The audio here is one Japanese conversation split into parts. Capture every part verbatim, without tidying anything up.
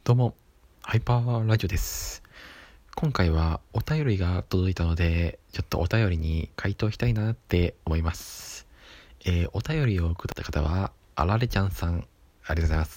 どうも、ハイパーラジオです。今回はお便りが届いたので、ちょっとお便りに回答したいなって思います。えー、お便りを送った方は、あられちゃんさん、ありがとうございます。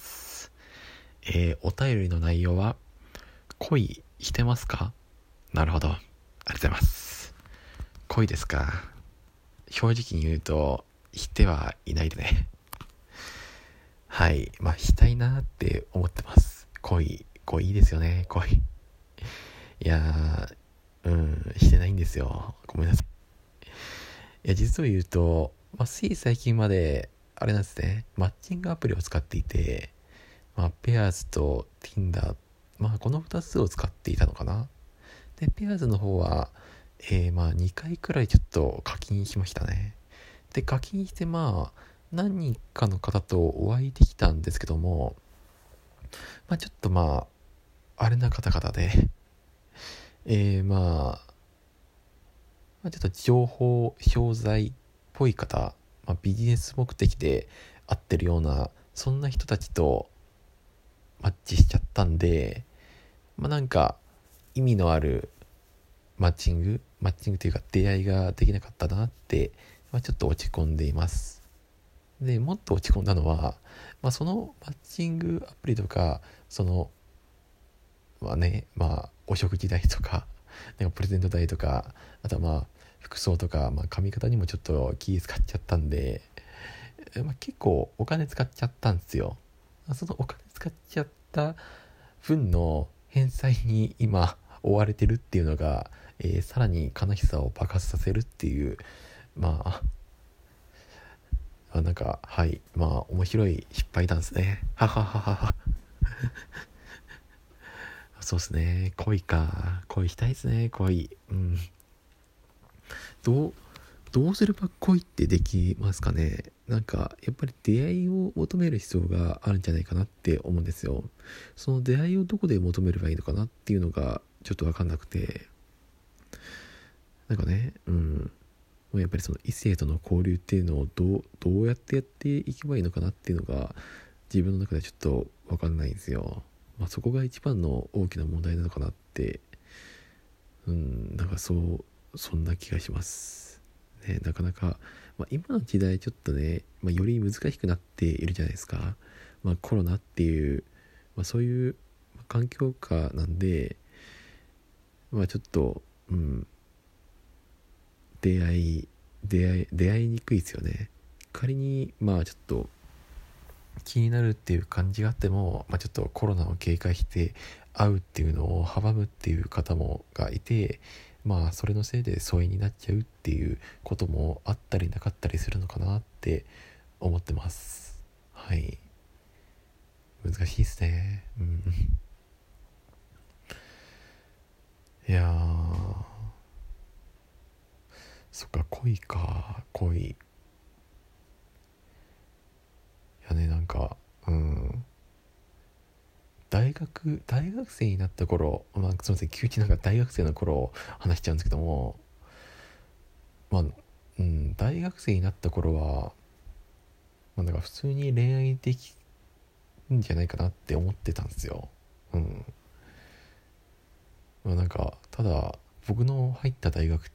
えー、お便りの内容は、恋してますか？なるほど。ありがとうございます。恋ですか。正直に言うと、してはいないでね。はい。まあ、したいなって思ってます。恋、恋いいですよね、恋。いやー、うん、してないんですよ。ごめんなさい。いや、実を言うと、まあ、つい最近まで、あれなんですね、マッチングアプリを使っていて、まあ、ペアーズと Tinder、まあ、このふたつを使っていたのかな。で、ペアーズの方は、えー、まあ、にかいくらいちょっと課金しましたね。で、課金して、まあ、何人かの方とお会いできたんですけども、まあ、ちょっとまあ、あれな方々で、えー、まあ、まあ、ちょっと情報商材っぽい方、まあ、ビジネス目的で会ってるようなそんな人たちとマッチしちゃったんで、まあ、なんか意味のあるマッチングマッチングというか出会いができなかったなって、まあ、ちょっと落ち込んでいます。でもっと落ち込んだのは、まあ、そのマッチングアプリとかそのまあねまあお食事代とかなんかプレゼント代とか、あとはまあ服装とか、まあ、髪型にもちょっと気使っちゃったんで、まあ、結構お金使っちゃったんですよ。そのお金使っちゃった分の返済に今追われてるっていうのが、えーさらに悲しさを爆発させるっていう、まああなんかはいまあ面白い失敗なんですね。ははははは。そうですね。恋か。恋したいですね。恋。うん。どう、どうすれば恋ってできますかね。なんか、やっぱり出会いを求める必要があるんじゃないかなって思うんですよ。その出会いをどこで求めればいいのかなっていうのがちょっとわかんなくて。なんかね、うん。もうやっぱりその異性との交流っていうのをどう、どうやってやっていけばいいのかなっていうのが自分の中ではちょっとわかんないんですよ。まあそこが一番の大きな問題なのかなって、うん、なんかそう、そんな気がします。ね、なかなか、まあ、今の時代ちょっとね、まあ、より難しくなっているじゃないですか。まあ、コロナっていう、まあ、そういう環境下なんで、まあ、ちょっと、うん、出会い、出会い、出会いにくいですよね。仮に、まあちょっと気になるっていう感じがあっても、まあ、ちょっとコロナを警戒して会うっていうのを阻むっていう方もがいて、まあそれのせいで疎遠になっちゃうっていうこともあったりなかったりするのかなって思ってます。はい。難しいですね。うん。いやー、そっか、恋か、恋。いやね、なんか、うん。大学、大学生になった頃、まあ、すみません、急になんか大学生の頃を話しちゃうんですけども、まあ、うん、大学生になった頃は、まあ、なんか普通に恋愛できるんじゃないかなって思ってたんですよ。うん。まあ、なんか、ただ、僕の入った大学って、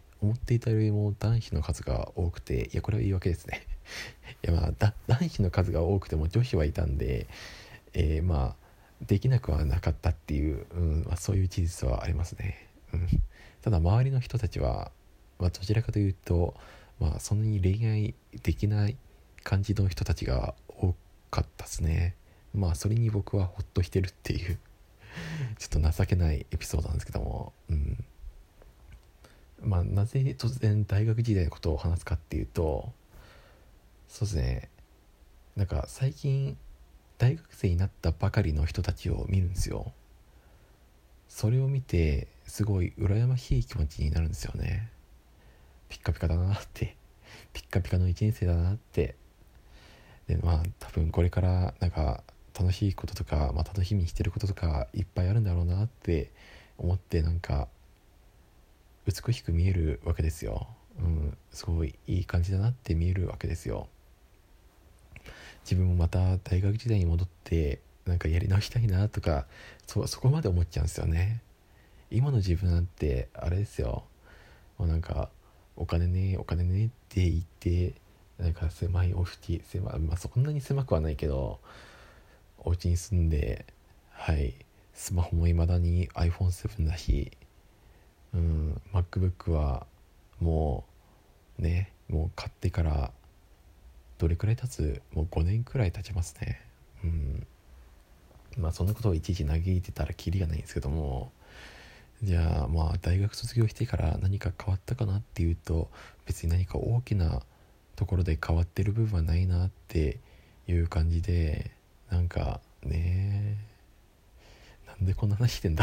思っていたよりも男子の数が多くて、いや、これは言い訳ですね。いや、まあ、だ男子の数が多くても女子はいたんで、えー、まあ、できなくはなかったっていう、うんまあ、そういう事実はありますね。うん。ただ、周りの人たちは、まあ、どちらかというと、まあ、そんなに恋愛できない感じの人たちが多かったですね。まあ、それに僕はホッとしてるっていうちょっと情けないエピソードなんですけども、うん。まあ、なぜ突然大学時代のことを話すかっていうと、そうですね、なんか最近大学生になったばかりの人たちを見るんですよ。それを見てすごい羨ましい気持ちになるんですよね。ピッカピカだなって、ピッカピカの一年生だなって。でまあ多分これからなんか楽しいこととか、まあ、楽しみにしてることとかいっぱいあるんだろうなって思って、なんか美しく見えるわけですよ。うん、すごいいい感じだなって見えるわけですよ。自分もまた大学時代に戻ってなんかやり直したいなとか、そそこまで思っちゃうんですよね。今の自分なんてあれですよ、もうなんかお金ねお金ねって言って、なんか狭いお家狭い、まあそんなに狭くはないけどお家に住んで、はい、スマホも未だに アイフォンセブン だし、うん MacBook はもうね、もう買ってからどれくらい経つ、もうごねんくらい経ちますね。うんまあそんなことをいちいち嘆いてたらキリがないんですけども、じゃあまあ大学卒業してから何か変わったかなっていうと、別に何か大きなところで変わってる部分はないなっていう感じで、なんかね、なんでこんな話してんだ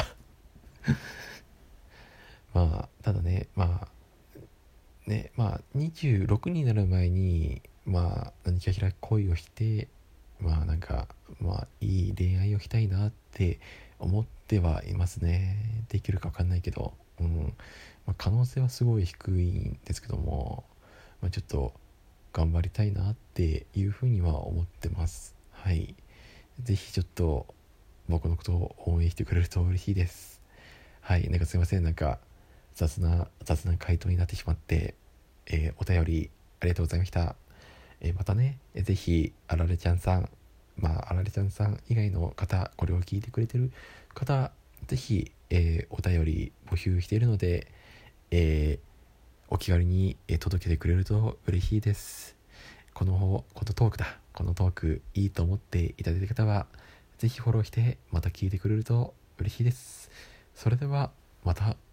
まあただね、まあね、まあにじゅうろくになる前にまあ何かしら恋をして、まあなんかまあいい恋愛をしたいなって思ってはいますね。できるか分かんないけど、うん、まあ、可能性はすごい低いんですけども、まあ、ちょっと頑張りたいなっていうふうには思ってます。はい、ぜひちょっと僕のことを応援してくれると嬉しいです。はい、なんかすいません、なんか雑な雑な回答になってしまって、えーお便りありがとうございました。えーまたね、えーぜひあられちゃんさん、まああられちゃんさん以外の方、これを聞いてくれてる方、ぜひ、えーお便り募集しているので、えーお気軽に、えー届けてくれると嬉しいです。このこのトークだこのトークいいと思っていただいた方は、ぜひフォローしてまた聞いてくれると嬉しいです。それではまた。